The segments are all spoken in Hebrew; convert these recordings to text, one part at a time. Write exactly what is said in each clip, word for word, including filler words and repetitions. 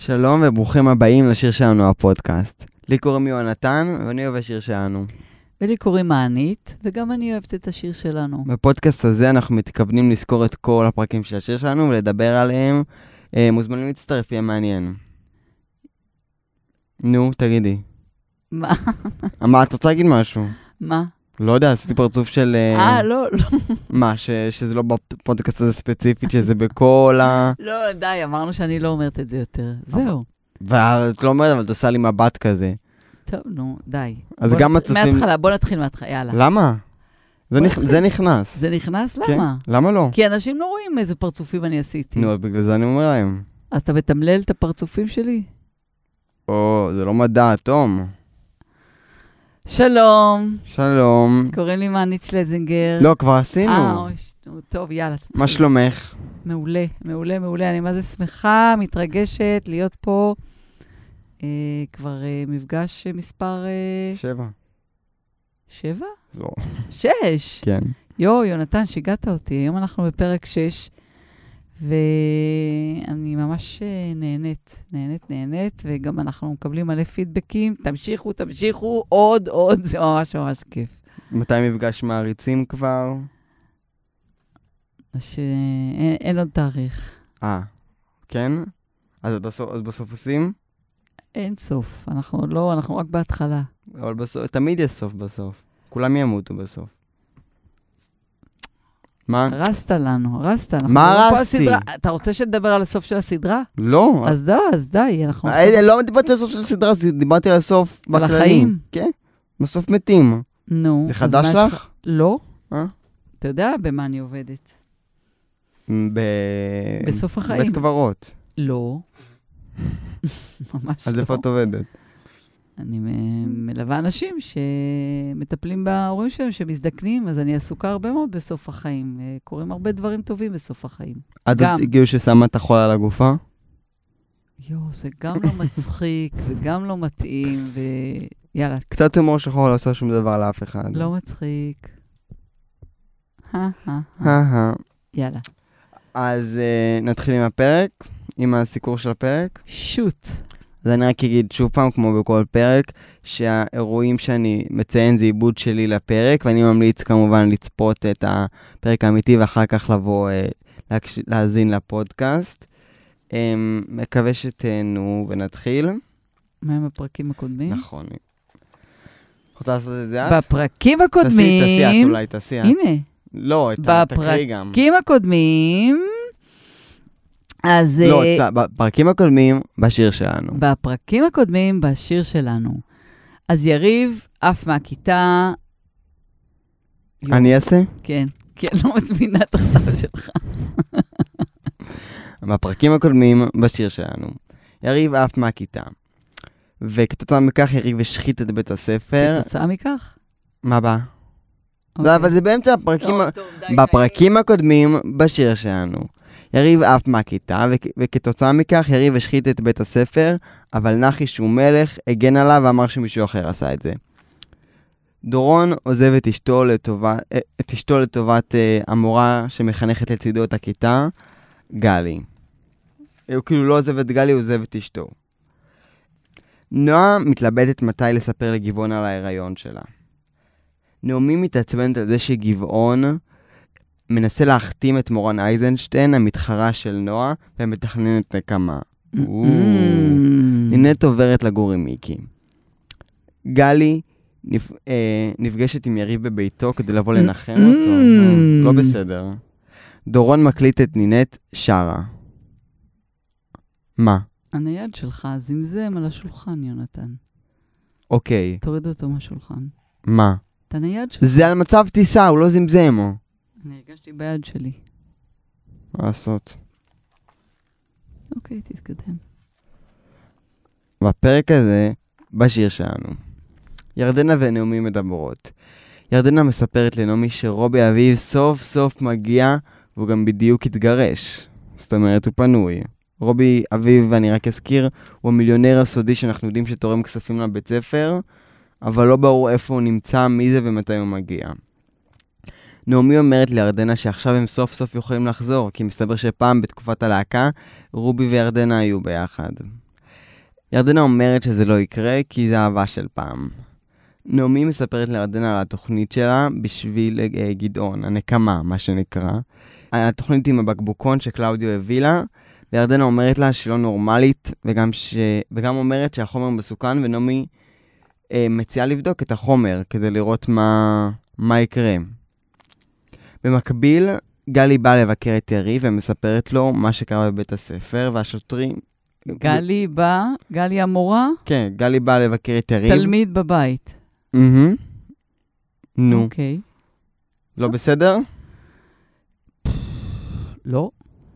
שלום וברוכים הבאים לשיר שלנו הפודקאסט. לי קוראים יונתן ואני אוהב השיר שלנו. ולי קוראים מענית, וגם אני אוהבת את השיר שלנו. בפודקאסט הזה אנחנו מתכוונים לזכור את כל הפרקים של השיר שלנו ולדבר עליהם. אה, מוזמנים להצטרף, יהיה מעניין. נו, תגידי. מה? מה, את רוצה להגיד משהו? מה? לא יודע, עשיתי פרצוף של... אה, לא, לא. מה, ש- שזה לא בפודקאסט הזה ספציפית, שזה בכל ה... לא, די, אמרנו שאני לא אומרת את זה יותר. זהו. ואת לא אומרת, אבל את עושה לי מבט כזה. טוב, נו, די. אז בוא גם נת- הצופים... מההתחלה, בוא נתחיל מההתחלה, יאללה. למה? זה, בוא נכ... נתחיל. זה נכנס. זה נכנס? כן? למה? למה לא? כי אנשים לא רואים איזה פרצופים אני עשיתי. נו, אז בגלל זה אני אומר להם. אז אתה מתמלל את הפרצופים שלי? או, זה לא מדע, תום. שלום, שלום. קוראים לי מענית שלזינגר. לא, כבר עשינו. אה, אוי, ש- נו, טוב, יאללה. מה שלומך? מעולה, מעולה, מעולה. אני מה זה שמחה, מתרגשת להיות פה. אה, כבר אה, מפגש אה, מספר אה, שבע. שבע? לא. שש. כן. יו, יונתן, שיגעת אותי. היום אנחנו בפרק שש, ואני ממש אה, נהנית, נהנית, נהנית, וגם אנחנו מקבלים מלא פידבקים. תמשיכו, תמשיכו, עוד, עוד, זה ממש ממש כיף. מתי מפגש מעריצים כבר? שאין אין עוד תאריך. אה, כן? אז את בסוף, אז בסוף עושים? אין סוף. אנחנו לא, אנחנו רק בהתחלה. אבל בסוף, תמיד יש סוף בסוף. כולם ימותו בסוף. מה? הרסת לנו, הרסת. אנחנו מה מדברים פה על הרסתי? סדרה. אתה רוצה שנדבר על הסוף של הסדרה? לא. אז די, אז די. אנחנו... אה, לא דיברתי על הסוף של הסדרה, דיברתי על הסוף על בכללים. החיים? כן, בסוף מתים. נו. זה אז חדש מה יש לך? לא. אה? אתה יודע במה אני עובדת? ב... בסוף החיים. בית קברות. לא. ממש אז לא. איפה את עובדת? אני מ- מלווה אנשים שמטפלים בהורים שלהם, שמזדקנים, אז אני עסוקה הרבה מאוד בסוף החיים. אה, קורים הרבה דברים טובים בסוף החיים. עד גם. את הגיעו ששמה את החול על הגופה? יו, זה גם לא מצחיק וגם לא מתאים, ויאללה, קצת הומור שחור לא עושה שום דבר לאף אחד. לא מצחיק. הא, הא, הא. הא, יאללה. אז uh, נתחיל עם הפרק, עם הסיקור של הפרק. שוט. אז אני רק אגיד שוב פעם, כמו בכל פרק, שהאירועים שאני מציין זה עיבוד שלי לפרק, ואני ממליץ כמובן לצפות את הפרק האמיתי, ואחר כך לבוא uh, להקש... להאזין לפודקאסט. Um, מקווה שתהנו ונתחיל. מה עם הפרקים הקודמים? נכון. רוצה לעשות את זה את? בפרקים תעשי, הקודמים... תעשי את אולי, תעשי את. הנה. לא, את ה- תקריא גם. בפרקים הקודמים... אז... לא, אה, צ- בפרקים הקודמים, בשיר שלנו. בפרקים הקודמים, בשיר שלנו. אז יריב, עף מהכיתה... יו, אני אעשה? כן, כן, לא מזמינה את הכתב שלך. בפרקים הקודמים, בשיר שלנו. יריב עף מהכיתה. וכתוצאה מכך יריב השחית את בית הספר. כתוצאה מכך? מה בא? אוקיי. לא, אבל זה באמצע הפרקים... טוב, ה- טוב, די, בפרקים הקודמים, בשיר שלנו. יריב עף מהכיתה, וכ- וכתוצאה מכך יריב השחית את בית הספר, אבל נחי שהוא מלך הגן עליו ואמר שמישהו אחר עשה את זה. דורון עוזב את אשתו לטובת, את אשתו לטובת אה, המורה שמחנכת לצידו את הכיתה, גלי. הוא כאילו לא עוזב את גלי, הוא עוזב את אשתו. נועה מתלבטת מתי לספר לגבעון על ההיריון שלה. נעמי מתעצבנת על זה שגבעון מנסה להחתים את מורן אייזנשטיין, המתחרה של נועה, ומתכננת נקמה. או, נינת עוברת לגור עם מיקי. גלי נפ... אה, נפגשת עם יריב בביתו כדי לבוא לנחם אותו. אה, לא בסדר. דורון מקליט את נינת שרה. מה? הנייד שלך זמזם על השולחן, יונתן. אוקיי. תוריד אותו מהשולחן. מה? את הנייד שלך. זה על מצב טיסה, הוא לא זמזם. אני הרגשתי ביד שלי. מה לעשות? אוקיי, תתקדם. בפרק הזה, בשיר שלנו, ירדנה ונעמי מדברות. ירדנה מספרת לנעמי שרובי אביב סוף סוף מגיע, והוא גם בדיוק התגרש. זאת אומרת, הוא פנוי. רובי אביב, ואני רק אזכיר, הוא המיליונר הסודי שאנחנו יודעים שתורם כספים לבית ספר, אבל לא ברור איפה הוא נמצא, מי זה ומתי הוא מגיע. נעמי אומרת לירדנה שעכשיו הם סוף סוף יכולים לחזור, כי מסתבר שפעם בתקופת הלהקה, רובי וירדנה היו ביחד. ירדנה אומרת שזה לא יקרה, כי זה אהבה של פעם. נעמי מספרת לירדנה על התוכנית שלה בשביל uh, גדעון, הנקמה, מה שנקרא. התוכנית עם הבקבוקון שקלאודיו הביא לה, וירדנה אומרת לה שהיא לא נורמלית, וגם, ש... וגם אומרת שהחומר מסוכן, ונעמי uh, מציעה לבדוק את החומר, כדי לראות מה, מה יקרה. במקביל, גלי באה לבקר את יריב, ומספרת לו מה שקרה בבית הספר, והשוטרים... גלי באה, גלי המורה? כן, גלי באה לבקר את יריב. תלמיד בבית. אהה. נו. אוקיי. לא בסדר? לא.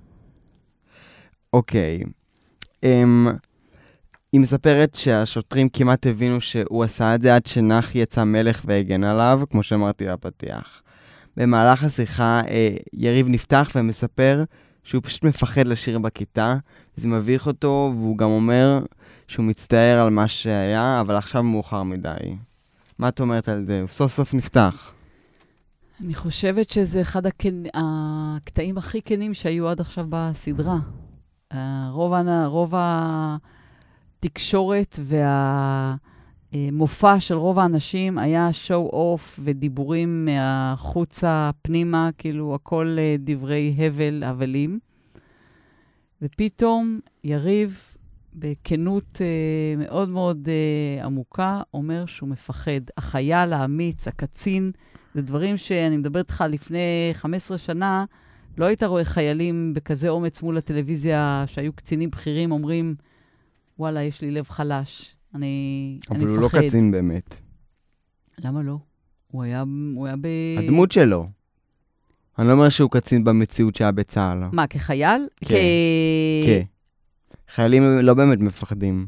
אוקיי. אמ, היא מספרת שהשוטרים כמעט הבינו שהוא עשה את זה עד שנחי יצא מלך והגן עליו, כמו שאמרתי בפתיח. במהלך השיחה, אה, יריב נפתח ומספר שהוא פשוט מפחד לשיר בכיתה, זה מביך אותו, והוא גם אומר שהוא מצטער על מה שהיה, אבל עכשיו מאוחר מדי. מה את אומרת על זה? הוא סוף סוף נפתח. אני חושבת שזה אחד הכן... הקטעים הכי כנים שהיו עד עכשיו בסדרה. רוב, רוב התקשורת והמופע של רוב האנשים היה show off ודיבורים מהחוצה פנימה, כאילו הכל דברי הבל, הבלים. ופתאום יריב, בכנות uh, מאוד מאוד uh, עמוקה, אומר שהוא מפחד. החייל, האמיץ, הקצין, זה דברים שאני מדברת לך לפני חמש עשרה שנה, לא היית רואה חיילים בכזה אומץ מול הטלוויזיה, שהיו קצינים בכירים, אומרים, וואלה, יש לי לב חלש, אני, אני מפחד. אבל הוא לא קצין באמת. למה לא? הוא היה, הוא היה ב... הדמות שלו. אני לא אומר שהוא קצין במציאות שהיה בצה"ל. מה, כחייל? כן. כן. חיילים לא באמת מפחדים.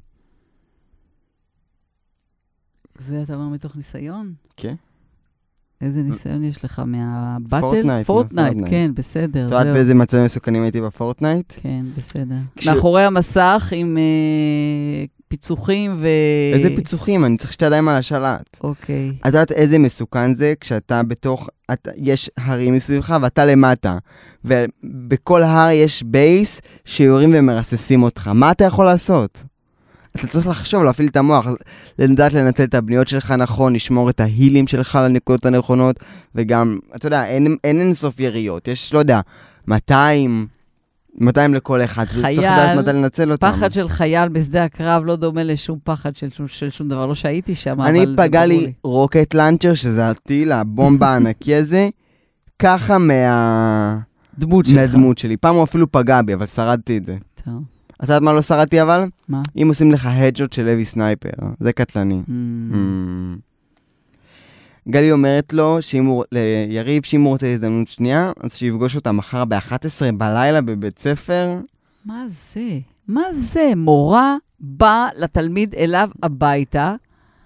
זה אתה אומר מתוך ניסיון? כן. איזה ניסיון יש לך מהבטל? פורטנייט. פורטנייט, כן, בסדר. את יודעת באיזה מצבים מסוכנים הייתי בפורטנייט? כן, בסדר. מאחורי המסך עם פיצוחים ו... איזה פיצוחים? אני צריך שתי ידיים על השלט. אוקיי. את יודעת איזה מסוכן זה כשאתה בתוך... יש הרים מסביבך ואתה למטה. ובכל הר יש בייס שיורים ומרססים אותך. מה אתה יכול לעשות? אתה צריך לחשוב, להפעיל את המוח, לדעת לנצל את הבניות שלך נכון, לשמור את ההילים שלך לנקודות הנכונות, וגם, אתה יודע, אין, אין אינסוף יריות. יש, לא יודע, מאתיים, מאתיים לכל אחד. חייל, צריך לדעת מתי לנצל אותם. פחד של חייל בשדה הקרב לא דומה לשום פחד של, של שום דבר. לא שהייתי שם, אבל... אני פגע לי רוקט לנצ'ר, שזה הטיל, הבומבה הענקי הזה, ככה מה... דמות שלך. מהדמות שלי. פעם הוא אפילו פגע בי, אבל שרדתי את זה. טוב. אתה יודעת מה לא שרדתי אבל? מה? אם עושים לך הדשוט של לוי סנייפר, זה קטלני. Mm. Mm. גלי אומרת לו, הוא, ליריב, שאם הוא רוצה הזדמנות שנייה, אז שיפגוש אותה מחר ב-אחת עשרה בלילה בבית ספר. מה זה? מה זה? מורה באה לתלמיד אליו הביתה,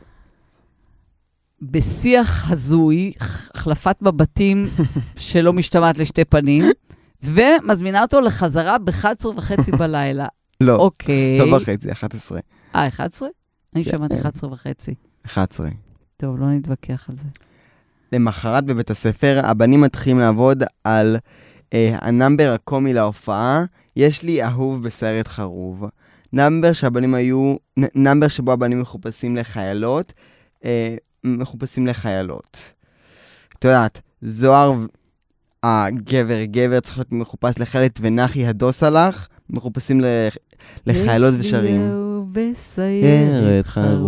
בשיח הזוי, החלפת מבטים שלא משתמעת לשתי פנים, ומזמינה אותו לחזרה ב-אחת עשרה וחצי בלילה. לא, אוקיי. לא בחצי, אחת עשרה. אה, אחת עשרה? אני שמעתי אחת עשרה וחצי. אחת עשרה. טוב, לא נתווכח על זה. למחרת בבית הספר, הבנים מתחילים לעבוד על אה, הנאמבר הקומי להופעה, יש לי אהוב בסרט חרוב. נאמבר שהבנים היו, נאמבר שבו הבנים מחופשים לחיילות, אה, מחופשים לחיילות. את יודעת, זוהר, הגבר, גבר צריך להיות מחופש לחיילת, ונחי הדוס הלך, מחופשים לח... לחיילות ושרים. יש לי אהוב בסרט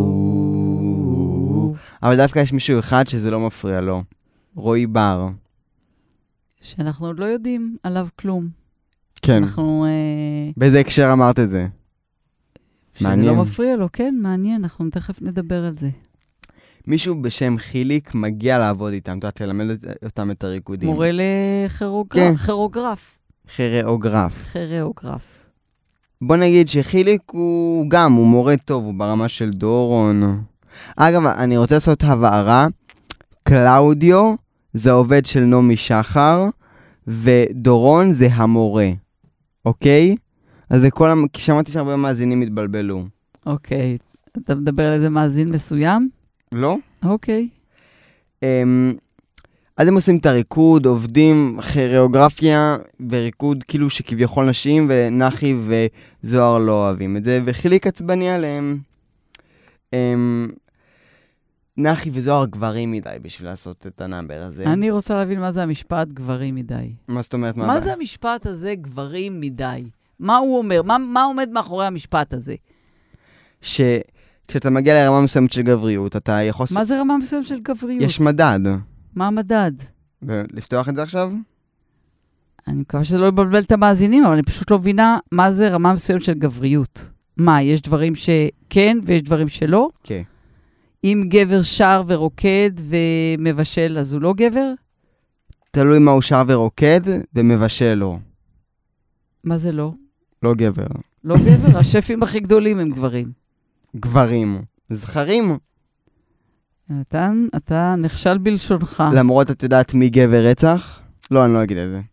חרוב. אבל דווקא יש מישהו אחד שזה לא מפריע לו. רועי בר. שאנחנו עוד לא יודעים עליו כלום. כן. אנחנו... באיזה הקשר אמרת את זה? מעניין. שזה לא מפריע לו, כן, מעניין. אנחנו תכף נדבר על זה. מישהו בשם חיליק מגיע לעבוד איתם. אתה יודעת, ללמד אותם את הריקודים. מורה לכירוגרף. כירוגרף. כירוגרף. כירוגרף. בוא נגיד שחיליק הוא גם, הוא מורה טוב, הוא ברמה של דורון. אגב, אני רוצה לעשות הבהרה. קלאודיו זה עובד של נעמי שחר, ודורון זה המורה. אוקיי? אז זה כל המ... כי שמעתי שהרבה מאזינים התבלבלו. אוקיי. אתה מדבר על איזה מאזין מסוים? לא. אוקיי. Um, אז הם עושים את הריקוד, עובדים כוריאוגרפיה וריקוד כאילו שכביכול נשים, ונחי וזוהר לא אוהבים את זה, וחיליק עצבני עליהם. הם... נחי וזוהר גברים מדי בשביל לעשות את הנאמבר הזה. אני רוצה להבין מה זה המשפט גברים מדי. מה זאת אומרת? מה, מה זה המשפט הזה גברים מדי? מה הוא אומר? מה, מה עומד מאחורי המשפט הזה? שכשאתה מגיע לרמה מסוימת של גבריות, אתה יכול... מה זה רמה מסוימת של גבריות? יש מדד. מה המדד? לפתוח את זה עכשיו? אני מקווה שזה לא יבלבל את המאזינים, אבל אני פשוט לא מבינה מה זה רמה מסוימת של גבריות. מה, יש דברים שכן ויש דברים שלא? כן. אם גבר שר ורוקד ומבשל, אז הוא לא גבר? תלוי מה הוא שר ורוקד ומבשל לא. מה זה לא? לא גבר. לא גבר? השפים הכי גדולים הם גברים. גברים. זכרים. נתן, אתה נכשל בלשונך. למרות את יודעת מי גבר רצח? לא, אני לא אגיד את זה.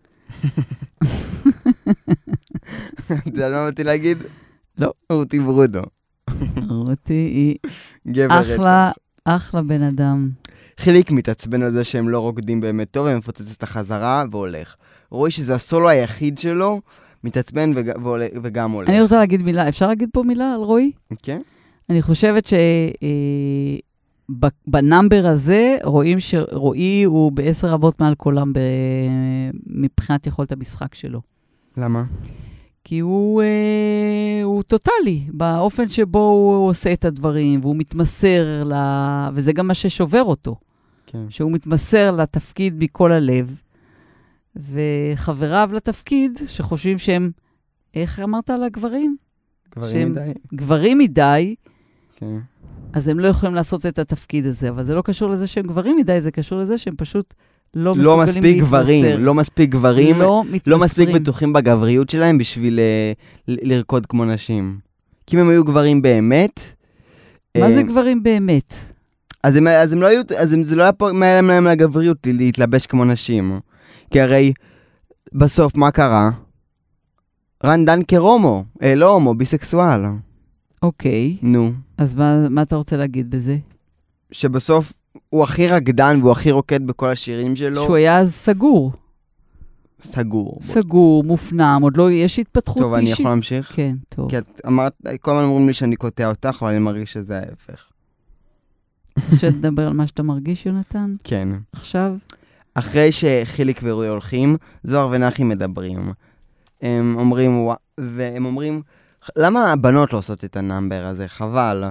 אתה יודע מה באתי להגיד? לא. רותי ברודו. רותי היא גבר רצח. אחלה, אחלה בן אדם. חיליק מתעצבן על זה שהם לא רוקדים באמת טוב, הם מפוצץ את החזרה והולך. רואי שזה הסולו היחיד שלו, מתעצבן וג... והולך, וגם הולך. אני רוצה להגיד מילה, אפשר להגיד פה מילה על רועי? כן. אני חושבת ש... אה, בנאמבר הזה רואים שרועי הוא בעשר רבות מעל כולם ב... מבחינת יכולת המשחק שלו. למה? כי הוא, אה, הוא טוטלי, באופן שבו הוא עושה את הדברים, והוא מתמסר, ל... וזה גם מה ששובר אותו. כן. שהוא מתמסר לתפקיד מכל הלב, וחבריו לתפקיד שחושבים שהם, איך אמרת על הגברים? גברים מדי. גברים מדי, כן. אז הם לא יכולים לעשות את התפקיד הזה, אבל זה לא קשור לזה שהם גברים מדי, זה קשור לזה שהם פשוט לא, לא מסוגלים מספיק להתמסר. גברים, לא מספיק גברים, לא, לא מספיק בטוחים בגבריות שלהם בשביל uh, ל- לרקוד כמו נשים. כי אם הם היו גברים באמת... מה uh, זה גברים באמת? אז הם, אז הם לא היו, אז הם, זה לא היה פה מעלם להם לגבריות להתלבש כמו נשים. כי הרי בסוף מה קרה? רן דן כרומו, אה, לא הומו, ביסקסואל. אוקיי. נו. אז מה, מה אתה רוצה להגיד בזה? שבסוף הוא הכי רקדן והוא הכי רוקד בכל השירים שלו. שהוא היה אז סגור. סגור. סגור, מופנם, עוד לא, יש התפתחות אישית. טוב, אני יכול להמשיך? כן, טוב. כי את אמרת, כל הזמן אומרים לי שאני קוטע אותך, אבל אני מרגיש שזה ההפך. שתדבר על מה שאתה מרגיש, יונתן? כן. עכשיו? אחרי שחיליק ורועי הולכים, זוהר ונחי מדברים. הם אומרים, והם אומרים, למה הבנות לא עושות את הנאמבר הזה? חבל.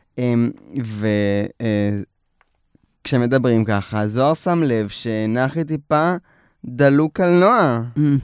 וכשהם מדברים ככה, זוהר שם לב שנחי טיפה דלוק על נועה.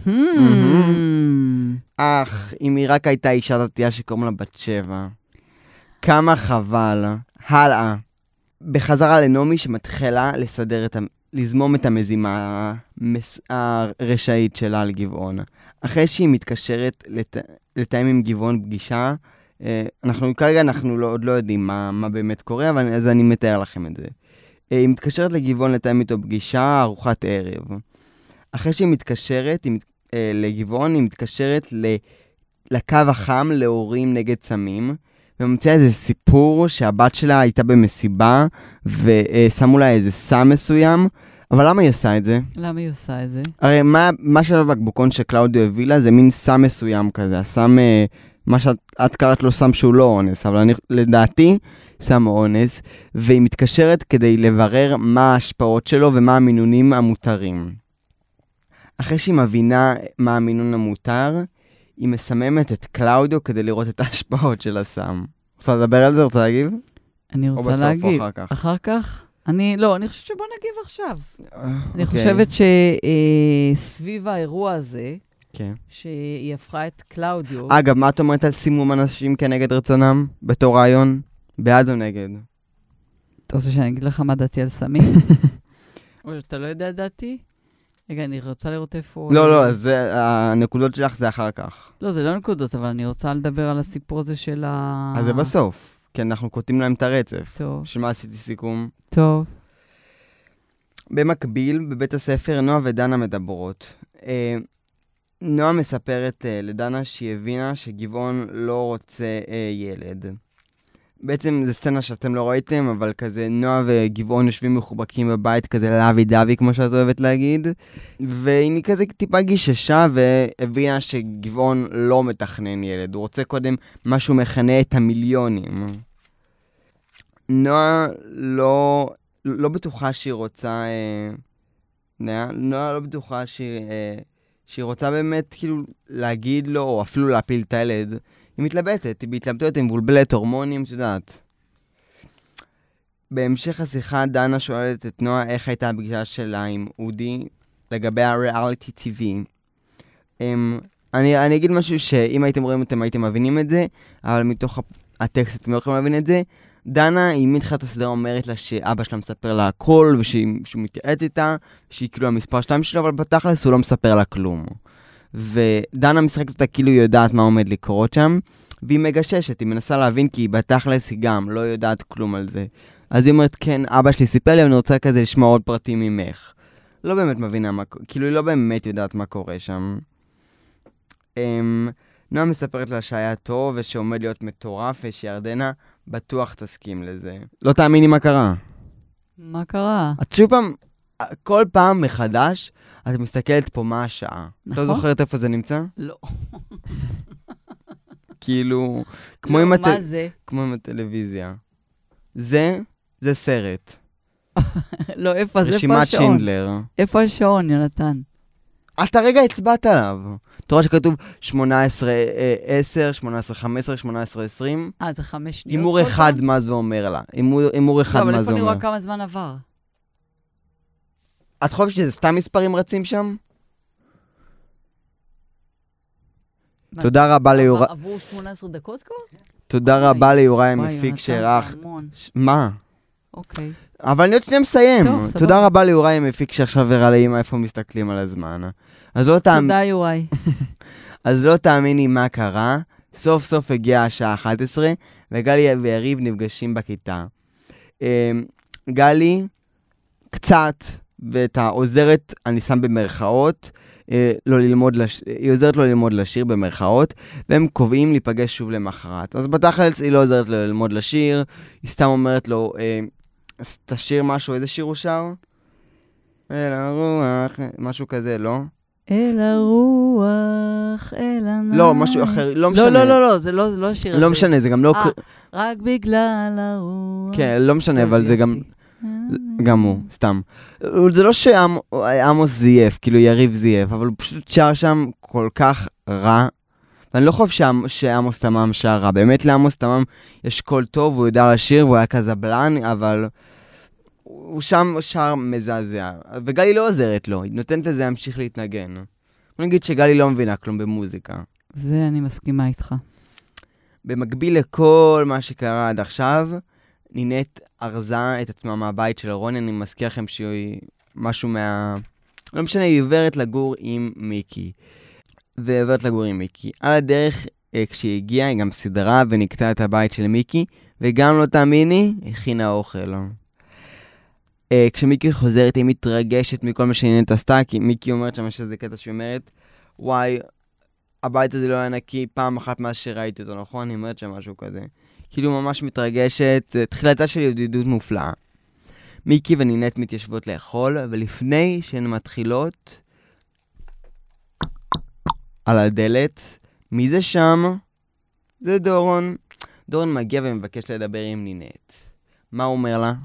אך, אם היא רק הייתה אישה דתייה שקוראים לה בת שבע. כמה חבל. הלאה. בחזרה לנעמי שמתחילה לסדר את, לזמום את המזימה הרשאית שלה על גבעון. אחרי שהיא מתקשרת לת... לתאם עם גבעון פגישה, אנחנו כרגע אנחנו לא, עוד לא יודעים מה, מה באמת קורה, אבל אז אני מתאר לכם את זה. היא מתקשרת לגבעון לתאם איתו פגישה, ארוחת ערב. אחרי שהיא מתקשרת היא, לגבעון, היא מתקשרת ל... לקו החם להורים נגד סמים, וממציאה איזה סיפור שהבת שלה הייתה במסיבה, ושמו לה איזה סם מסוים, אבל למה היא עושה את זה? למה היא עושה את זה? הרי מה, מה שבבקבוקון שקלאודיו הביא לה זה מין סם מסוים כזה, הסם, מה שאת קראת לו סם שהוא לא אונס, אבל אני, לדעתי סם אונס, והיא מתקשרת כדי לברר מה ההשפעות שלו ומה המינונים המותרים. אחרי שהיא מבינה מה המינון המותר, היא מסממת את קלאודיו כדי לראות את ההשפעות של הסם. רוצה לדבר על זה? רוצה להגיב? אני רוצה להגיב. או בסוף או אחר כך? אחר כך? אני, לא, אני חושבת שבוא נגיב עכשיו. אני חושבת שסביב האירוע הזה, שהיא הפכה את קלאודיו... אגב, מה את אומרת על סימום אנשים כנגד רצונם? בתור רעיון? בעד או נגד? אתה רוצה שאני אגיד לך מה דעתי על סמים? או שאתה לא יודע דעתי? רגע, אני רוצה לראות איפה... לא, לא, זה, הנקודות שלך זה אחר כך. לא, זה לא נקודות, אבל אני רוצה לדבר על הסיפור הזה של ה... אז זה בסוף, כי אנחנו קוטעים להם את הרצף. טוב. שמה עשיתי סיכום? טוב. במקביל, בבית הספר, נועה ודנה מדברות. אה, נועה מספרת אה, לדנה שהיא הבינה שגבעון לא רוצה אה, ילד. בעצם זו סצנה שאתם לא ראיתם, אבל כזה נועה וגבעון יושבים מחובקים בבית, כזה לוי דווי, כמו שאת אוהבת להגיד. והיא כזה טיפה גיששה והבינה שגבעון לא מתכנן ילד, הוא רוצה קודם משהו מכנה את המיליונים. נועה לא, לא בטוחה שהיא רוצה, אה, נועה לא בטוחה שהיא, אה, שהיא רוצה באמת כאילו להגיד לו, או אפילו להפיל את הילד. היא מתלבטת, היא בהתלבטות, היא מבולבלת, הורמונים, את יודעת. בהמשך השיחה, דנה שואלת את נועה איך הייתה הפגישה שלה עם אודי לגבי הריאליטי טי וי. Um, אני, אני אגיד משהו שאם הייתם רואים אתם הייתם מבינים את זה, אבל מתוך הטקסט אתם לא יכולים להבין את זה. דנה, היא מתחילת הסדרה אומרת לה שאבא שלה מספר לה הכל, ושהוא מתייעץ איתה, שהיא כאילו המספר שתיים שלו, אבל בתכלס הוא לא מספר לה כלום. ודנה משחקת אותה כאילו היא יודעת מה עומד לקרות שם, והיא מגששת, היא מנסה להבין כי בתכלס היא גם לא יודעת כלום על זה. אז היא אומרת, כן, אבא שלי סיפר לי, אני רוצה כזה לשמוע עוד פרטים ממך. לא באמת מבינה מה, כאילו היא לא באמת יודעת מה קורה שם. Um, נועה מספרת לה שהיה טוב ושעומד להיות מטורף, ושירדנה בטוח תסכים לזה. לא תאמיני מה קרה. מה קרה? את שוב פעם, כל פעם מחדש, את מסתכלת פה מה השעה. נכון? לא זוכרת איפה זה נמצא? לא. כאילו, כמו לא, עם הט... מה זה? כמו עם הטלוויזיה. זה, זה סרט. לא, איפה זה? רשימת שינדלר. איפה השעון, יונתן? אתה רגע הצבעת עליו. אתה רואה שכתוב שמונה עשרה עשר, שמונה עשרה חמש עשרה, שמונה עשרה עשרים. אה, זה חמש שניות? הימור אחד מה זה אומר לה. הימור אחד מה זה אומר. לא, אבל איפה אני רואה כמה זמן עבר? את חושבת שזה סתם מספרים רצים שם? תודה רבה ליוראי. עברו שמונה עשרה דקות כבר? תודה רבה ליוראי המפיק שערך. מה? אוקיי. אבל אני עוד שנייה מסיים. תודה רבה ליוראי המפיק שעכשיו הראה לאמא איפה מסתכלים על הזמן. תודה יוראי. אז לא תאמיני מה קרה. סוף סוף הגיעה השעה אחת עשרה, וגלי ויריב נפגשים בכיתה. גלי קצת, ואת העוזרת, אני שם במרכאות, לא ללמוד לש... היא עוזרת לו ללמוד לשיר במרכאות, והם קובעים להיפגש שוב למחרת. אז בתכלס היא לא עוזרת לו ללמוד לשיר, היא סתם אומרת לו, אה, תשיר משהו, איזה שיר הוא שר? אל הרוח, משהו כזה, לא? אל הרוח, אל עניים. לא, משהו אחר, לא משנה. לא, לא, לא, לא, זה לא, זה לא השיר הזה. לא משנה, זה גם לא... אה, רק בגלל הרוח. כן, לא משנה, אבל זה גם... גם הוא, סתם. זה לא שעמוס זייף, כאילו יריב זייף, אבל הוא פשוט שר שם כל כך רע, ואני לא חושב שעמוס תמם שר רע. באמת לעמוס תמם יש קול טוב, הוא יודע לשיר, והוא היה קזבלן, אבל הוא שם שר מזעזע. וגלי לא עוזרת לו, היא נותנת לזה להמשיך להתנגן. אני אגיד שגלי לא מבינה כלום במוזיקה. זה אני מסכימה איתך. במקביל לכל מה שקרה עד עכשיו, נינת ארזה את עצמה מהבית של רוני, אני מזכיר לכם שהיא משהו מה... לא משנה, היא עוברת לגור עם מיקי. ועוברת לגור עם מיקי. על הדרך, כשהיא הגיעה, היא גם סדרה ונקטעה את הבית של מיקי, וגם לא תאמיני, הכינה אוכל. כשמיקי חוזרת, היא מתרגשת מכל מה שנינת עשתה, כי מיקי אומרת שם שזה קטע שהיא אומרת, וואי, הבית הזה לא היה נקי פעם אחת מאז שראיתי אותו, נכון? היא אומרת שם משהו כזה. כאילו ממש מתרגשת, תחילתה של ידידות מופלאה. מיקי ונינת מתיישבות לאכול, ולפני שהן מתחילות על הדלת, מי זה שם? זה דורון. דורון מגיע ומבקש לדבר עם נינת. מה הוא אומר לה?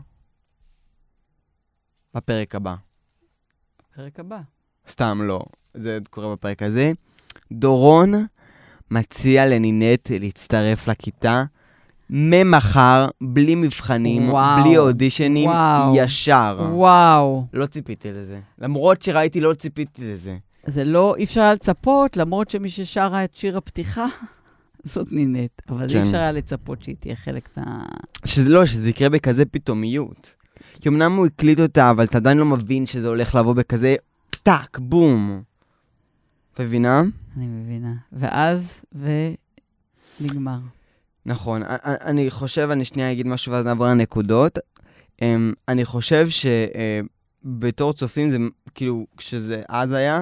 בפרק הבא. פרק הבא. סתם לא, זה קורה בפרק הזה. דורון מציע לנינת להצטרף לכיתה, ממחר, בלי מבחנים, וואו, בלי אודישנים, וואו, ישר. וואו. לא ציפיתי לזה. למרות שראיתי, לא ציפיתי לזה. זה לא, אי אפשר היה לצפות, למרות שמי ששרה את שיר הפתיחה, זאת נינת. אבל כן. אי אפשר היה לצפות שהיא תהיה חלק מה... שזה לא, שזה יקרה בכזה פתאומיות. כי אמנם הוא הקליט אותה, אבל אתה עדיין לא מבין שזה הולך לבוא בכזה, טק, בום. מבינה? אני מבינה. ואז, ונגמר. נכון, אני חושב, אני שנייה אגיד משהו ואז נעבור לנקודות. אני חושב שבתור צופים זה, כאילו, כשזה אז היה,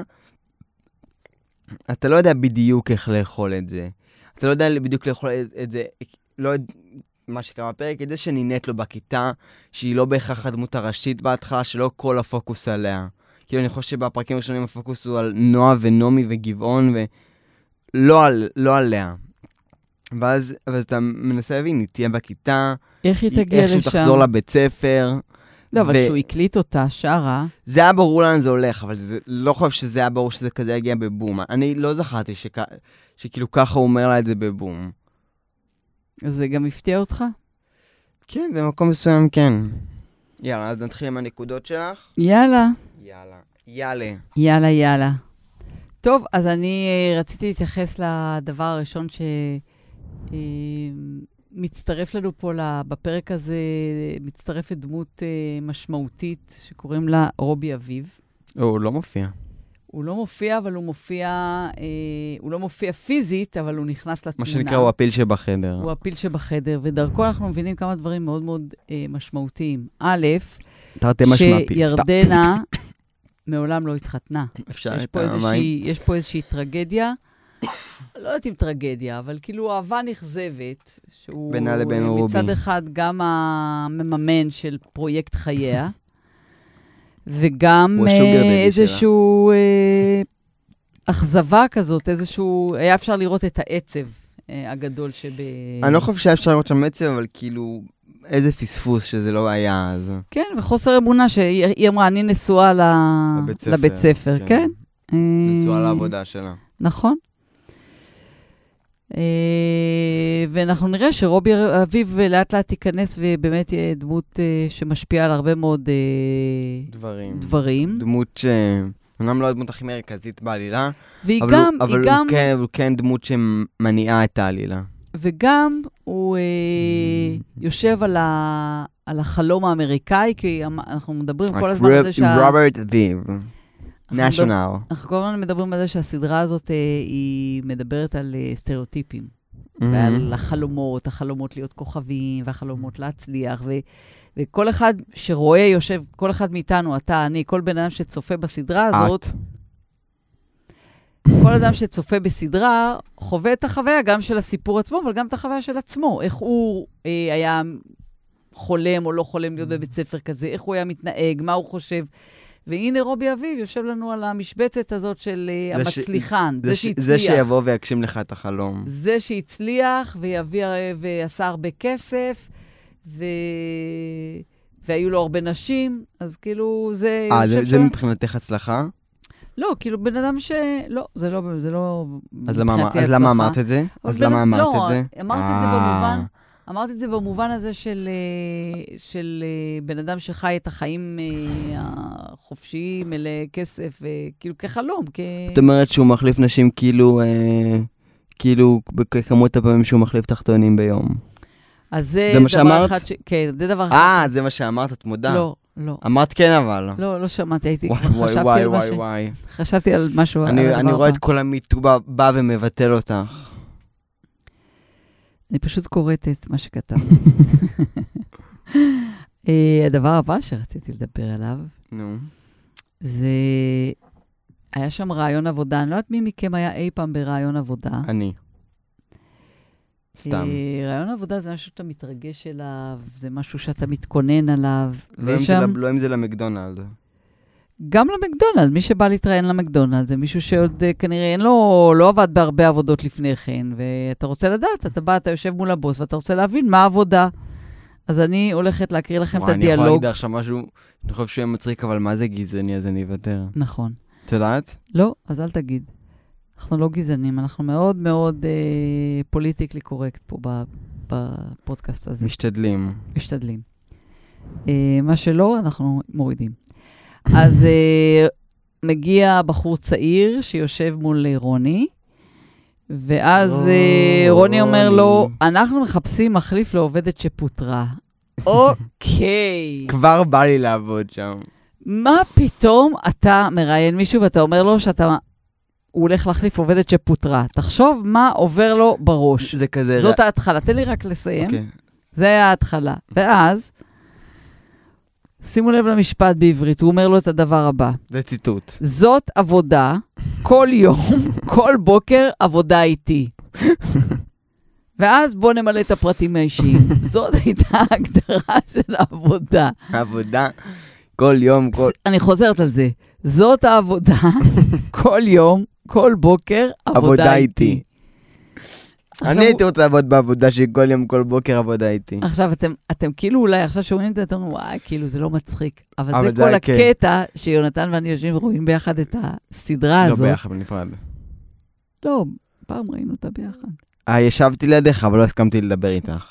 אתה לא יודע בדיוק איך לאכול את זה. אתה לא יודע בדיוק לאכול את זה, לא, מה שקרה בפרק, כדי שנינט לו בכיתה, שהיא לא בהכרח הדמות הראשית בהתחלה, שלא כל הפוקוס עליה. כאילו אני חושב שבפרקים הראשונים הפוקוס הוא על נועה ונומי וגבעון, ולא על, לא עליה. ואז, ואז אתה מנסה להבין, היא תהיה בכיתה, איך היא תגיע לשם? איך שהוא תחזור לבית ספר. לא, אבל כשהוא הקליט אותה, שרה... זה היה ברור לאן זה הולך, אבל זה, לא חושב שזה היה ברור שזה כזה יגיע בבום. אני לא זכרתי שכ... שכאילו ככה הוא אומר לה את זה בבום. אז זה גם הפתיע אותך? כן, במקום מסוים כן. יאללה, אז נתחיל עם הנקודות שלך. יאללה. יאללה. יאללה. יאללה, יאללה. טוב, אז אני uh, רציתי להתייחס לדבר הראשון ש... Uh, מצטרף לנו פה בפרק הזה, מצטרפת דמות uh, משמעותית שקוראים לה רובי אביב. הוא לא מופיע. הוא לא מופיע, אבל הוא מופיע, אה, הוא לא מופיע פיזית, אבל הוא נכנס לתמונה. מה שנקרא, הוא הפיל שבחדר. הוא הפיל שבחדר, ודרכו אנחנו מבינים כמה דברים מאוד מאוד אה, משמעותיים. א', שירדנה מעולם לא התחתנה. אפשר יש את פה המים. איזושהי, יש פה איזושהי טרגדיה, לא יודעת אם טרגדיה, אבל כאילו אהבה נכזבת, שהוא בינה לבין רובי. מצד אחד גם המממן של פרויקט חייה, וגם אה, איזשהו אה, אכזבה כזאת, איזשהו, היה אפשר לראות את העצב אה, הגדול שב... אני לא חושב שהיה אפשר לראות שם עצב, אבל כאילו, איזה פספוס שזה לא היה אז. כן, וחוסר אמונה שהיא אמרה, אני נשואה ל... לבית ספר. לבית ספר, כן. כן. נשואה לעבודה שלה. נכון. ואנחנו נראה שרובי אביב לאט לאט תיכנס ובאמת יהיה דמות שמשפיעה על הרבה מאוד דברים. דברים. דמות ש... אמנם לא הדמות הכי מרכזית בעלילה, והיא אבל, גם, הוא, אבל היא גם... הוא, כן, הוא כן דמות שמניעה את העלילה. וגם הוא אה, יושב על, ה... על החלום האמריקאי, כי אנחנו מדברים כל הזמן על זה שה... רוברט אביב. נשיונל. אנחנו כל הזמן מדברים על זה שהסדרה הזאת אה, היא מדברת על אה, סטריאוטיפים. Mm-hmm. ועל החלומות, החלומות להיות כוכבים, והחלומות להצליח, ו, וכל אחד שרואה יושב, כל אחד מאיתנו, אתה, אני, כל בן אדם שצופה בסדרה הזאת, כל אדם שצופה בסדרה, חווה את החוויה גם של הסיפור עצמו, אבל גם את החוויה של עצמו. איך הוא אה, היה חולם או לא חולם להיות בבית ספר כזה, איך הוא היה מתנהג, מה הוא חושב. והנה רובי אביב יושב לנו על המשבצת הזאת של uh, המצליחן, ש... זה ש... שהצליח. זה שיבוא ויקשים לך את החלום. זה שהצליח ויביא ועשה הרבה כסף, ו... והיו לו הרבה נשים, אז כאילו זה... אה, זה, ש... זה מבחינתך הצלחה? לא, כאילו בן אדם ש... לא, זה לא, זה לא אז למה, אז למה אמרת את זה? אז בן... למה אמרת לא, את זה? אמרתי את זה במובן... אמרתי את זה במובן הזה של, של בן אדם שחי את החיים החופשיים, מלא כסף, כאילו כחלום. כ... זאת אומרת שהוא מחליף נשים כאילו, כאילו בכמות הפעמים שהוא מחליף תחתונים ביום. אז זה, זה דבר מה שאמרת? אחד ש... כן, זה דבר אחד. אה, זה מה שאמרת, את מודה. לא, לא. אמרת כן אבל. לא, לא שמעתי, הייתי, וואי, חשבתי וואי, על וואי, משהו. וואי. חשבתי על משהו. אני, על אני רואה את כל המיטו בא, בא ומבטל אותך. אני פשוט קוראת את מה שכתב. הדבר הבא שרציתי לדבר עליו, נו. זה... היה שם רעיון עבודה. אני לא יודעת מי מכם היה אי פעם ברעיון עבודה. אני. סתם. רעיון עבודה זה משהו שאתה מתרגש אליו, זה משהו שאתה מתכונן עליו. לא אם זה למקדונלד. גם למקדונלד, מי שבא להתראיין למקדונלד, זה מישהו שעוד כנראה אין לו, לא עבד בהרבה עבודות לפני כן, ואתה רוצה לדעת, אתה בא, אתה יושב מול הבוס, ואתה רוצה להבין מה העבודה. אז אני הולכת להקריא לכם את הדיאלוג. אני יכול להגיד עכשיו משהו, אני חושב שהוא מצחיק, אבל מה זה גזעני, אז אני אוותר. נכון. את יודעת? לא, אז אל תגיד. אנחנו לא גזענים, אנחנו מאוד מאוד אה, פוליטיקלי קורקט פה בפודקאסט הזה. משתדלים. משתדלים. אה, מה שלא, אנחנו מורידים. אז uh, מגיע בחור צעיר שיושב מול רוני, ואז uh, רוני אומר לו, אנחנו מחפשים מחליף לעובדת שפוטרה. אוקיי. כבר בא לי לעבוד שם. מה פתאום אתה מראיין מישהו ואתה אומר לו שאתה... הוא הולך להחליף עובדת שפוטרה. תחשוב מה עובר לו בראש. זה כזה... זאת ההתחלה. תן לי רק לסיים. אוקיי. זה ההתחלה. ואז... שימו לב למשפט בעברית, הוא אומר לו את הדבר הבא. זה ציטוט. זאת עבודה, כל יום, כל בוקר, עבודה איתי. ואז בוא נמלא את הפרטים האישיים. זאת הייתה ההגדרה של העבודה. עבודה, כל יום, כל... אני חוזרת על זה. זאת העבודה, כל יום, כל בוקר, עבודה איתי. אני הייתי רוצה לעבוד בעבודה שכל יום, כל בוקר עבודה איתי. עכשיו, אתם, אתם כאילו אולי, עכשיו שומעים את זה, אתם אומרים, וואי, כאילו, זה לא מצחיק. אבל זה כל הקטע שיונתן ואני יושבים ורואים ביחד את הסדרה הזאת. לא ביחד, בנפרד. לא, פעם ראינו אותה ביחד. אה, ישבתי לידך, אבל לא הסכמתי לדבר איתך.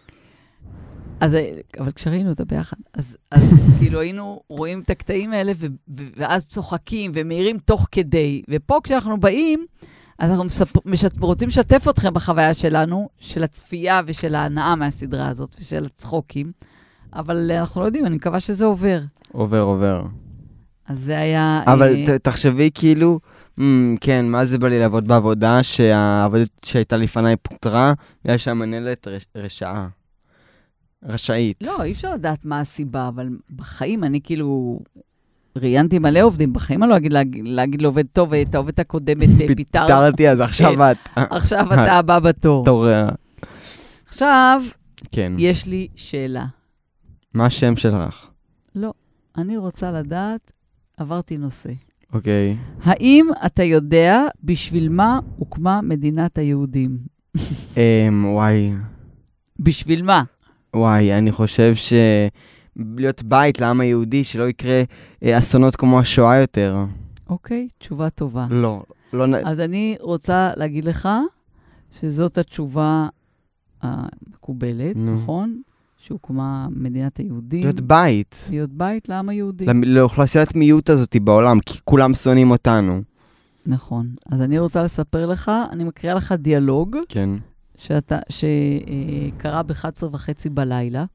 אז, אבל כשראינו אותה ביחד, אז, אז כאילו היינו רואים את הקטעים האלה, ו, ו, ואז צוחקים ומאירים תוך כדי. ופה כשאנחנו באים, אז אנחנו מספר, משת, רוצים לשתף אתכם בחוויה שלנו, של הצפייה ושל ההנאה מהסדרה הזאת, ושל הצחוקים. אבל אנחנו לא יודעים, אני מקווה שזה עובר. עובר, עובר. אז זה היה... אבל אה... ת, תחשבי כאילו, mm, כן, מה זה בא לי לעבוד בעבודה, שהעבודת שהייתה לפניי פוטרה, יש שם מנהלת רש, רשעה. רשאית. לא, אי אפשר לדעת מה הסיבה, אבל בחיים אני כאילו... ראיינתי מלא עובדים, בחיים אני לא אגיד להגיד, להגיד לעובד טוב, את העובדת הקודמת פיטר. פיטרתי, אז עכשיו את. עכשיו אתה הבא בתור. תור. עכשיו, כן. יש לי שאלה. מה השם שלך? לא, אני רוצה לדעת, עברתי נושא. אוקיי. האם אתה יודע בשביל מה הוקמה מדינת היהודים? אמ, וואי. בשביל מה? וואי, אני חושב ש... להיות בית לעם היהודי, שלא יקרה אה, אסונות כמו השואה יותר. אוקיי, תשובה טובה. לא, לא... אז אני רוצה להגיד לך שזאת התשובה המקובלת, נו. נכון? שהוקמה מדינת היהודים. להיות בית. להיות בית לעם היהודי. לאוכלוסיית מיעוט הזאת בעולם, כי כולם שונאים אותנו. נכון. אז אני רוצה לספר לך, אני מקריאה לך דיאלוג, כן. שאתה, שקרה ב-אחת עשרה וחצי בלילה,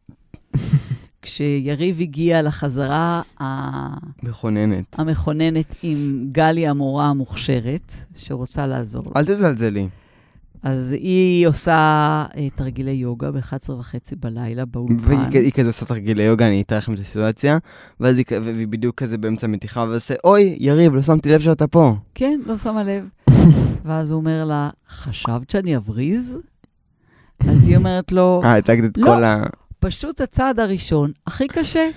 כשיריב הגיע לחזרה מכוננת. המכוננת עם גלי המורה המוכשרת, שרוצה לעזור לו. אל תזלזלי. אז היא עושה uh, תרגילי יוגה ב-אחת עשרה וחצי בלילה באולפן. והיא כזה עושה תרגילי יוגה, אני אתאר לכם את הסיטואציה, ואז היא, והיא בדיוק כזה באמצע מתיחה, ועושה, אוי, יריב, לא שמתי לב שאתה פה. כן, לא שמה לב. ואז הוא אומר לה, חשבת שאני אבריז? אז היא אומרת לו, אה, התאגת את לא, כל ה... פשוט הצעד הראשון, הכי קשה.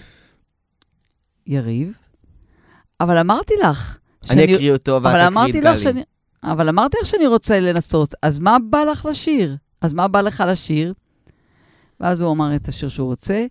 יריב, אבל אמרתי לך, אני שאני... אקריא אותו, ואת אבל תקריא אמרתי את לך גלי. שאני... אבל אמרתי לך שאני רוצה לנסות, אז מה בא לך לשיר? אז מה בא לך לשיר? ואז הוא אמר את השיר שהוא רוצה.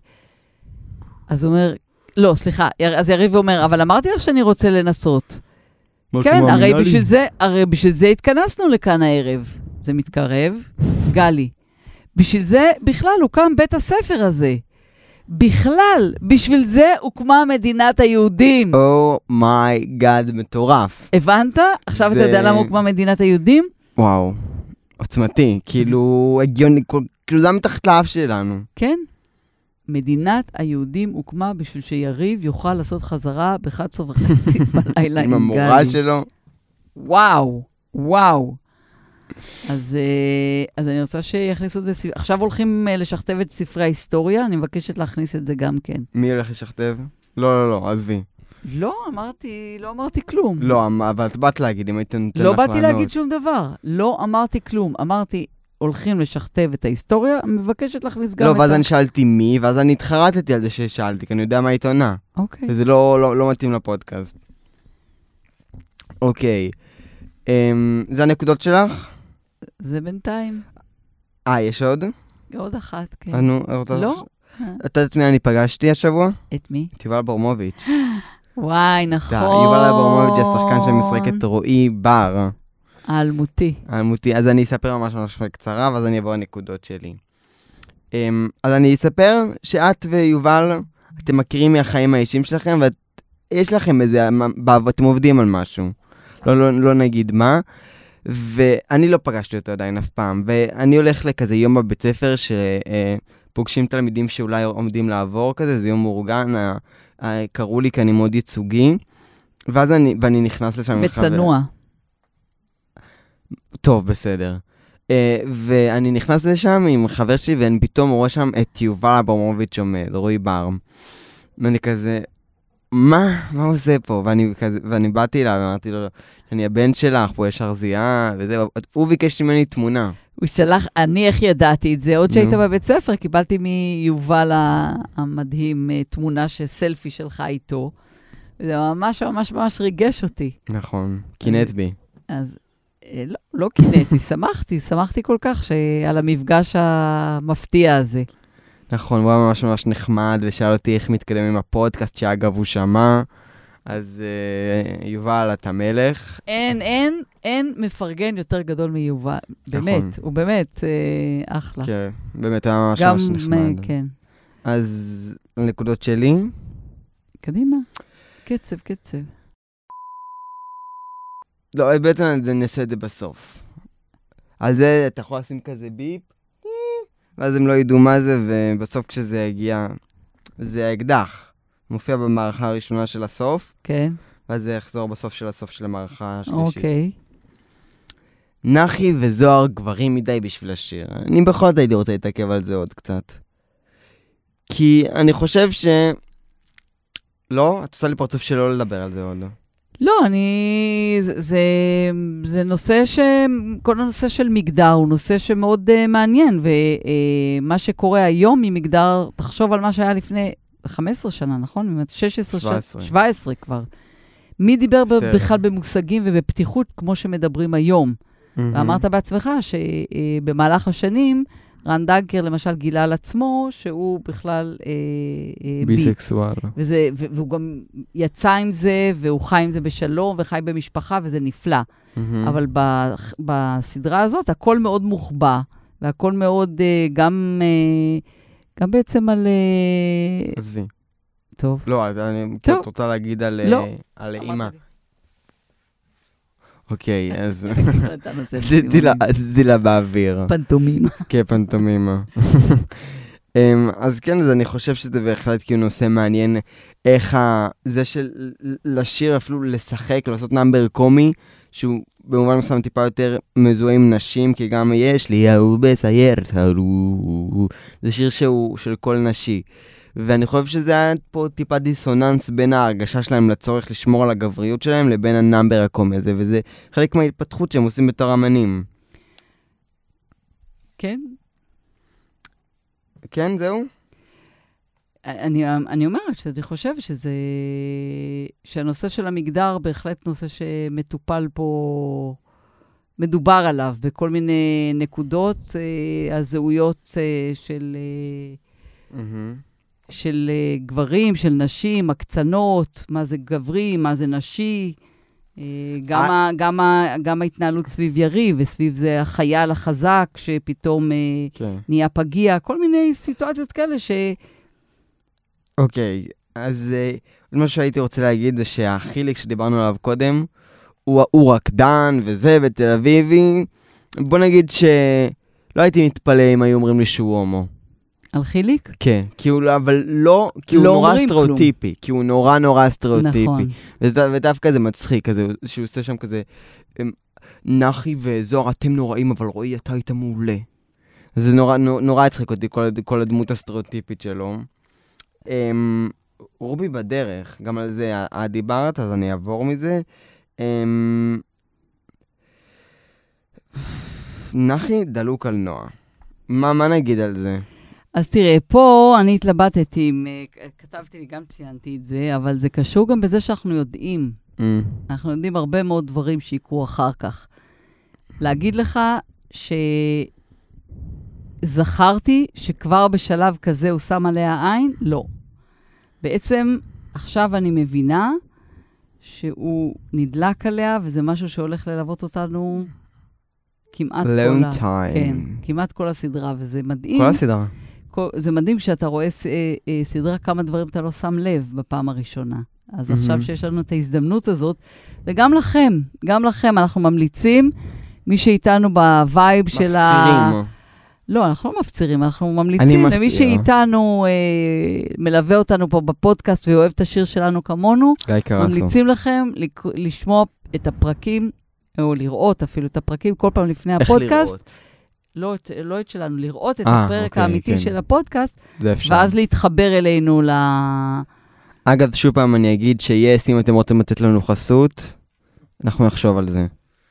אז הוא אומר, לא, סליחה, אז יריב אומר, אבל אמרתי לך שאני רוצה לנסות. כן, הרי בשביל זה, הרי בשביל זה התכנסנו לכאן הערב. זה מתקרב. גלי. בשביל זה בכלל הוקם בית הספר הזה. בכלל, בשביל זה הוקמה מדינת היהודים. או מיי גאד, מטורף. הבנת? עכשיו זה... אתה יודע למה הוקמה מדינת היהודים? וואו, עוצמתי, כאילו הגיוני, כאילו זה המתחת לאף שלנו. כן. מדינת היהודים הוקמה בשביל שיריב יוכל לעשות חזרה ב-אחת עשרה וחצי בלילה עם גלי. עם המורה שלו. וואו, וואו. אז, אז אני רוצה שיכניסו את זה, עכשיו הולכים לשכתב את ספרי ההיסטוריה, אני מבקשת להכניס את זה גם כן. מי הולך לשכתב? לא, לא, לא, עזבי. לא, אמרתי, לא אמרתי כלום. לא, אבל את באת להגיד, אם הייתם נותן לך לא לענות. באתי להגיד שום דבר, לא אמרתי כלום, אמרתי, הולכים לשכתב את ההיסטוריה, אני מבקשת להכניס גם לא, את ה... לא, ואז אני שאלתי מי, ואז אני התחרטתי על זה ששאלתי, כי אני יודע מה היית עונה. אוקיי. וזה לא, לא, לא מתאים לפודקאסט. אוקיי. אמ, זה הנקודות שלך? זה בינתיים. אה, יש עוד? עוד אחת, כן. אנו, לא? אתה יודעת מי אני פגשתי השבוע? את מי? את יובל ברמוביץ'. וואי, נכון. יובל ברמוביץ' השחקן שמשחק את רועי בר. האלמותי. האלמותי. אז אני אספר ממש ממש בקצרה, ואז אני אעבור הנקודות שלי. אז אני אספר שאת ויובל, אתם מכירים מהחיים האישיים שלכם, ויש לכם איזה, אתם עובדים על משהו. לא, לא, לא נגיד מה. ואני לא פגשתי אותו עדיין אף פעם, ואני הולך לכזה יום בבית ספר שפוגשים תלמידים שאולי עומדים לעבור כזה, זה יום מאורגן, קראו לי כי אני מאוד ייצוגי, ואז אני, ואני נכנס לשם. וצנוע. טוב, בסדר. ואני נכנס לשם עם חבר שלי, ואני פתאום רואה שם את יובל ברמוביץ' עומד, רועי בר. ואני כזה... מה? מה הוא עושה פה? ואני, כזה, ואני באתי אליו, ואמרתי לו, שאני הבן שלך, הוא יש הרזייה, וזה, הוא ביקש ממני תמונה. הוא שלח, אני איך ידעתי את זה, עוד שהיית בבית ספר, קיבלתי מיובל המדהים תמונה של סלפי שלך איתו, וזה ממש ממש ממש ריגש אותי. נכון, קינאת בי. אז לא, לא קינאתי, שמחתי, שמחתי כל כך שעל המפגש המפתיע הזה. נכון, הוא היה ממש ממש נחמד, ושאל אותי איך מתקדם עם הפודקאסט, שאגב הוא שמע, אז uh, יובל, אתה מלך. אין, אין, אין מפרגן יותר גדול מיובל, באמת, נכון. הוא באמת uh, אחלה. כן, באמת היה ממש ממש נחמד. גם, כן. אז הנקודות שלי? קדימה, קצב, קצב. לא, בעצם נעשה את זה בסוף. על זה אתה יכול לשים כזה ביפ, ואז הם לא ידעו מה זה, ובסוף כשזה יגיע, זה האקדח. מופיע במערכה הראשונה של הסוף, כן. ואז זה יחזור בסוף של הסוף של המערכה השלישית. אוקיי. נחי וזוהר גברים מדי בשביל השיר. אני בכל זאת הייתי רוצה להתעכב על זה עוד קצת. כי אני חושב ש... לא? את עושה לי פרצוף שלא לדבר על זה עוד לא. לא, אני... זה, זה, זה נושא ש... כל הנושא של מגדר הוא נושא שמאוד uh, מעניין, ומה uh, שקורה היום ממגדר, תחשוב על מה שהיה לפני חמש עשרה שנה, נכון? שש עשרה, שבע עשרה. שבע עשרה כבר. מי דיבר בכלל במושגים ובפתיחות כמו שמדברים היום? Mm-hmm. ואמרת בעצמך שבמהלך השנים, רן דנקר למשל גילה על עצמו שהוא בכלל אה, אה, ביסקסואל. וזה, ו- והוא גם יצא עם זה, והוא חי עם זה בשלום, וחי במשפחה, וזה נפלא. Mm-hmm. אבל ב- בסדרה הזאת, הכל מאוד מוחבא, והכל מאוד אה, גם, אה, גם בעצם על... אה... עזבי. טוב. לא, אני טוב. רוצה להגיד על, לא. על אימא. אוקיי, אז... עשיתי לה באוויר. פנטומימה. כן, פנטומימה. אז כן, אז אני חושב שזה בהחלט כאילו נושא מעניין, איך זה של לשיר, אפילו לשחק, לעשות נאמבר קומי, שהוא במובן מסוים טיפה יותר מזוהה עם נשים, כי גם יש לי אהוב בסיירת, זה שיר שהוא של כל נשי. ואני חושב שזה היה פה טיפה דיסוננס בין ההרגשה שלהם לצורך לשמור על הגבריות שלהם, לבין הנאמבר הקומי הזה, וזה חלק מההתפתחות שהם עושים בתור אמנים. כן. כן, זהו? אני, אני אומרת שאני חושב שזה, שהנושא של המגדר בהחלט נושא שמטופל פה, מדובר עליו בכל מיני נקודות, הזהויות של... Mm-hmm. של uh, גברים, של נשים, הקצנות, מה זה גברי, מה זה נשי, uh, גם, ה, גם, ה, גם ההתנהלות סביב יריב, וסביב זה החייל החזק, שפתאום uh, כן. נהיה פגיע, כל מיני סיטואציות כאלה ש... אוקיי, אז uh, מה שהייתי רוצה להגיד זה שהחיליק שדיברנו עליו קודם, הוא, הוא רקדן וזה, בתל אביבי, בוא נגיד שלא הייתי מתפלא אם היו אומרים לי שהוא הומו. על חיליק? כן, כי הוא, אבל לא, כי הוא לא נורא סטריאוטיפי, כי הוא נורא נורא סטריאוטיפי. נכון. ודווקא זה מצחיק, כזה, שהוא עושה שם כזה, נחי וזוהר, אתם נוראים, אבל רואי, אתה היית מעולה. זה נורא, נורא הצחיק אותי, כל, כל הדמות הסטריאוטיפית שלו. רובי בדרך, גם על זה דיברת, אז אני אעבור מזה. נחי דלוק על נועה. מה, מה נגיד על זה? אז תראה, פה אני התלבטתי, כתבתי לי, גם ציינתי את זה, אבל זה קשור גם בזה שאנחנו יודעים. Mm. אנחנו יודעים הרבה מאוד דברים שיקרו אחר כך. להגיד לך שזכרתי שכבר בשלב כזה הוא שם עליה עין? לא. בעצם עכשיו אני מבינה שהוא נדלק עליה, וזה משהו שהולך ללוות אותנו כמעט כל ה... כן, כמעט כל הסדרה, וזה מדהים. כל הסדרה. זה מדהים כשאתה רואה סדרה כמה דברים אתה לא שם לב בפעם הראשונה. אז עכשיו שיש לנו את ההזדמנות הזאת, וגם לכם, גם לכם, אנחנו ממליצים, מי שאיתנו בווייב של ה... מפצירים. לא, אנחנו לא מפצירים, אנחנו ממליצים למי שאיתנו, מלווה אותנו פה בפודקאסט ואוהב את השיר שלנו כמונו, ממליצים לכם לשמוע את הפרקים, או לראות אפילו את הפרקים כל פעם לפני הפודקאסט. איך לראות? לא, לא את שלנו, לראות את 아, הפרק אוקיי, האמיתי כן. של הפודקאסט, ואז להתחבר אלינו ל... אגב, שוב פעם אני אגיד שיש, אם אתם רוצים לתת לנו חסות, אנחנו נחשוב על זה.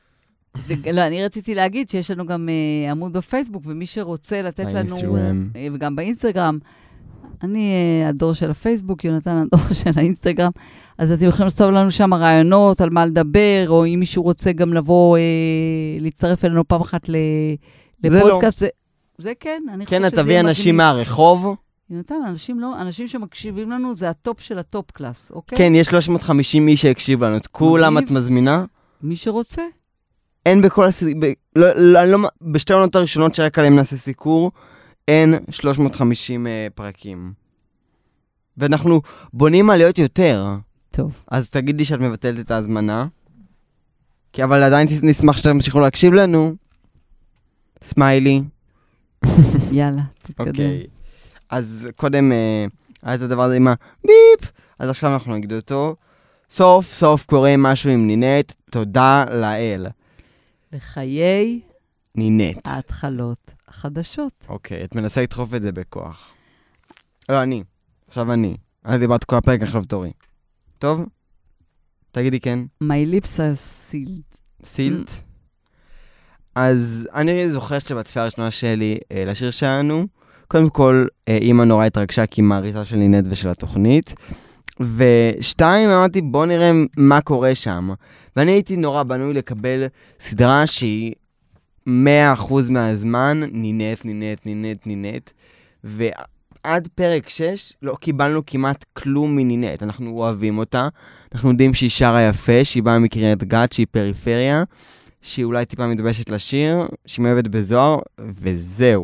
לא, אני רציתי להגיד שיש לנו גם uh, עמוד בפייסבוק, ומי שרוצה לתת לנו, uh, וגם באינסטגרם, אני uh, הדור של הפייסבוק, יונתן הדור של האינסטגרם, אז אתם יכולים לכתוב לנו שם רעיונות על מה לדבר, או אם מישהו רוצה גם לבוא, uh, להצטרף אלינו פעם אחת לפודקאסט. זה, זה, זה כן, אני כן, חושבת שזה תביא אנשים מהרחוב. יונתן, אנשים לא, אנשים שמקשיבים לנו, זה הטופ של הטופ קלאס, אוקיי? כן, יש שלוש מאות וחמישים מי שהקשיב לנו. את כולם את מזמינה? מי שרוצה. אין בכל הסרטים, ב... לא, לא, לא, בשתי עונות הראשונות שרק עליהם נעשה סיקור, אין שלוש מאות וחמישים uh, פרקים. ואנחנו בונים עליות יותר. טוב. אז תגידי שאת מבטלת את ההזמנה. כי אבל עדיין נשמח שאתם תמשיכו להקשיב לנו. סמיילי. יאללה, תתקדם. אוקיי. אז קודם uh, היה את הדבר הזה עם הביפ, אז עכשיו אנחנו נגיד אותו. סוף סוף קורה משהו עם נינט, תודה לאל. לחיי נינט. ההתחלות החדשות. אוקיי, את מנסה לדחוף את זה בכוח. לא, אני. עכשיו אני. אני דיברת כל הפרק, עכשיו תורי. טוב? תגידי כן. My lips are sealed. סילט? אז אני זוכר שבצפייה הראשונה שלי אה, לשיר שלנו, קודם כל, אה, אמא נורא התרגשה כי מהריסה של נינט ושל התוכנית, ושתיים, אמרתי, בוא נראה מה קורה שם. ואני הייתי נורא בנוי לקבל סדרה שהיא מאה אחוז מהזמן נינט, נינט, נינט, נינט, ועד פרק שש לא קיבלנו כמעט כלום מנינט. אנחנו אוהבים אותה, אנחנו יודעים שהיא שרה יפה, שהיא באה מקריית גת, שהיא פריפריה, שהיא אולי טיפה מתבשת לשיר, שהיא מאוהבת בזוהר, וזהו.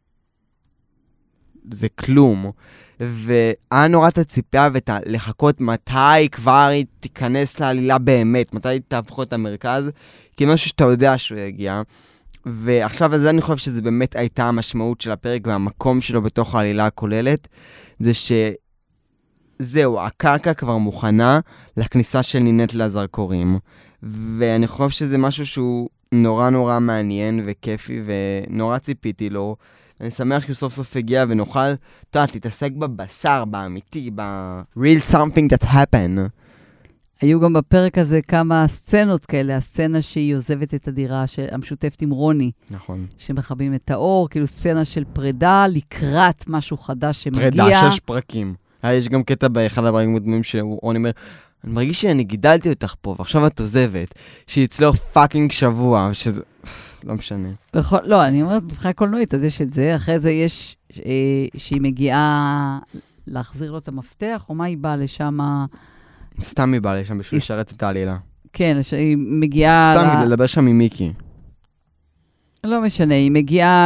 זה כלום. והיה נורא את הציפייה ואת לחכות מתי כבר היא תיכנס לעלילה באמת, מתי היא תהפוך את המרכז, כי משהו שאתה יודע שהוא יגיע. ועכשיו הזה אני חושב שזה באמת הייתה המשמעות של הפרק והמקום שלו בתוך העלילה הכוללת, זה שזהו, הקרקע כבר מוכנה לכניסה של נינט לזרקורים. ואני חושב שזה משהו שהוא נורא נורא מעניין וכיפי ונורא ציפיתי לו. אני שמח שהוא סוף סוף הגיע ונוכל, אתה יודעת, להתעסק בבשר, באמיתי, ב-real something that happened. היו גם בפרק הזה כמה סצנות כאלה, הסצנה שהיא עוזבת את הדירה המשותפת עם רוני. נכון. שמחבים את האור, כאילו סצנה של פרידה לקראת משהו חדש שמגיע. פרידה, שש פרקים. יש גם קטע באחד הפרקים מודמים שרוני אומר, אני מרגיש שאני גידלתי אותך פה, ועכשיו את עוזבת, שהיא אצלו פאקינג שבוע, שזה... לא משנה. בכל, לא, אני אומרת, בבחינה קולנועית, אז יש את זה. אחרי זה יש אה, שהיא מגיעה להחזיר לו את המפתח, או מה היא באה לשם? סתם היא באה לשם בשביל לשרת את העלילה. כן, שהיא מגיעה... סתם, לה... לדבר שם עם מיקי. לא משנה, היא מגיעה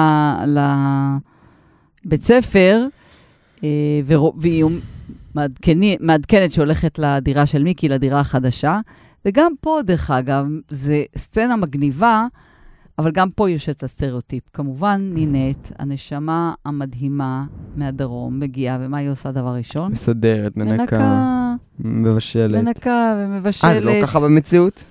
לבית ספר, אה, והיא מעדכני, מעדכנת שהולכת לדירה של מיקי, לדירה החדשה, וגם פה, דרך אגב, זה סצנה מגניבה, אבל גם פה יושבת הסטריאוטיפ. כמובן, נינט, הנשמה המדהימה מהדרום, מגיעה, ומה היא עושה דבר ראשון? מסדרת, מנקה, מנקה מבשלת. מנקה ומבשלת. אה, זה לא ככה במציאות?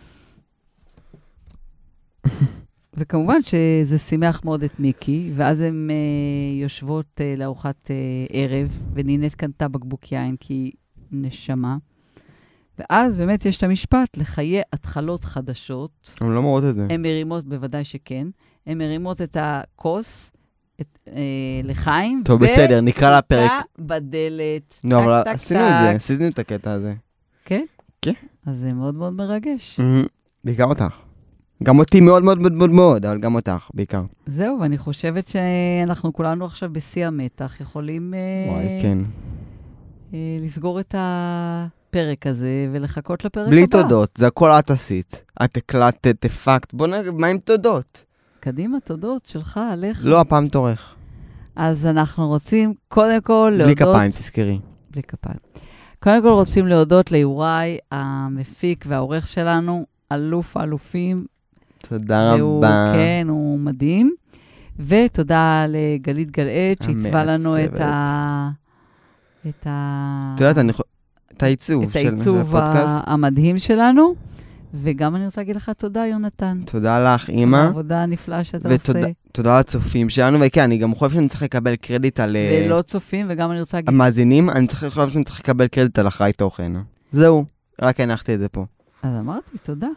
וכמובן שזה שימח מאוד את מיקי, ואז הן uh, יושבות uh, לארוחת uh, ערב, ונינט קנתה בקבוק יין כי היא נשמה. ואז באמת יש את המשפט, לחיי התחלות חדשות. הן לא מראות את זה. הן מרימות, בוודאי שכן. הן מרימות את הכוס, את, אה, לחיים. טוב, ו- בסדר, נקרא לפרק. בדלת. נו, אבל עשינו את זה, עשינו את הקטע הזה. כן? כן. אז זה מאוד מאוד מרגש. בעיקר אותך. גם אותי מאוד מאוד מאוד מאוד מאוד, אבל גם אותך, בעיקר. זהו, ואני חושבת שאנחנו כולנו עכשיו בשיא המתח, יכולים... וואי, כן. אה, לסגור את ה... פרק הזה, ולחכות לפרק בלי הבא. בלי תודות, זה הכל את עשית. את הקלטת, הפקת. בוא נראה, מה עם תודות? קדימה, תודות שלך, עליך. לא, הפעם תורך. אז אנחנו רוצים, קודם כל, בלי להודות... בלי כפיים, תזכרי. בלי כפיים. קודם כל רוצים להודות ליוראי, המפיק והעורך שלנו, אלוף האלופים. תודה והוא, רבה. כן, הוא מדהים. ותודה לגלית גלעד, שעיצבה לנו את ה... את ה... את יודעת, אני חושב... את העיצוב של הפודקאסט. את העיצוב המדהים שלנו, וגם אני רוצה להגיד לך תודה, יונתן. תודה לך, אמא. העבודה הנפלאה שאתה עושה. ותודה לצופים שלנו, וכן, אני גם חושב שאני צריך לקבל קרדיט על... ולא צופים, וגם אני רוצה להגיד... המאזינים, אני חושב שאני צריך לקבל קרדיט על אחראי תוכן. זהו, רק הנחתי את זה פה. אז אמרתי, תודה.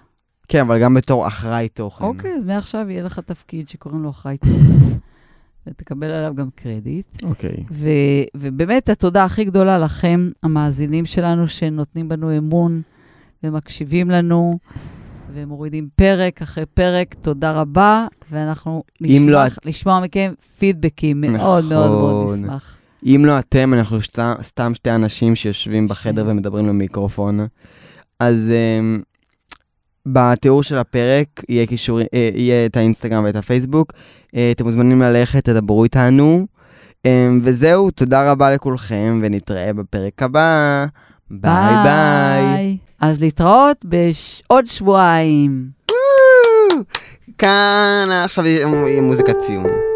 כן, אבל גם בתור אחראי תוכן. אוקיי, אז מעכשיו יהיה לך תפקיד שקוראים לו אחראי תוכן, ותקבל עליו גם קרדיט. אוקיי. ו- ובאמת, התודה הכי גדולה לכם, המאזינים שלנו, שנותנים בנו אמון, ומקשיבים לנו, ומורידים פרק אחרי פרק. תודה רבה, ואנחנו נשמח לא... לשמוע מכם פידבקים. מאוד נכון. מאוד מאוד נשמח. אם לא אתם, אנחנו שת... סתם שתי אנשים שיושבים בחדר ש... ומדברים למיקרופון. אז um, בתיאור של הפרק יהיה, קישור, אה, יהיה את האינסטגרם ואת הפייסבוק. אה, אתם מוזמנים ללכת, תדברו איתנו. אה, וזהו, תודה רבה לכולכם, ונתראה בפרק הבא. ביי ביי. אז להתראות בעוד שבועיים. כאן עכשיו יהיה מוזיקת סיום.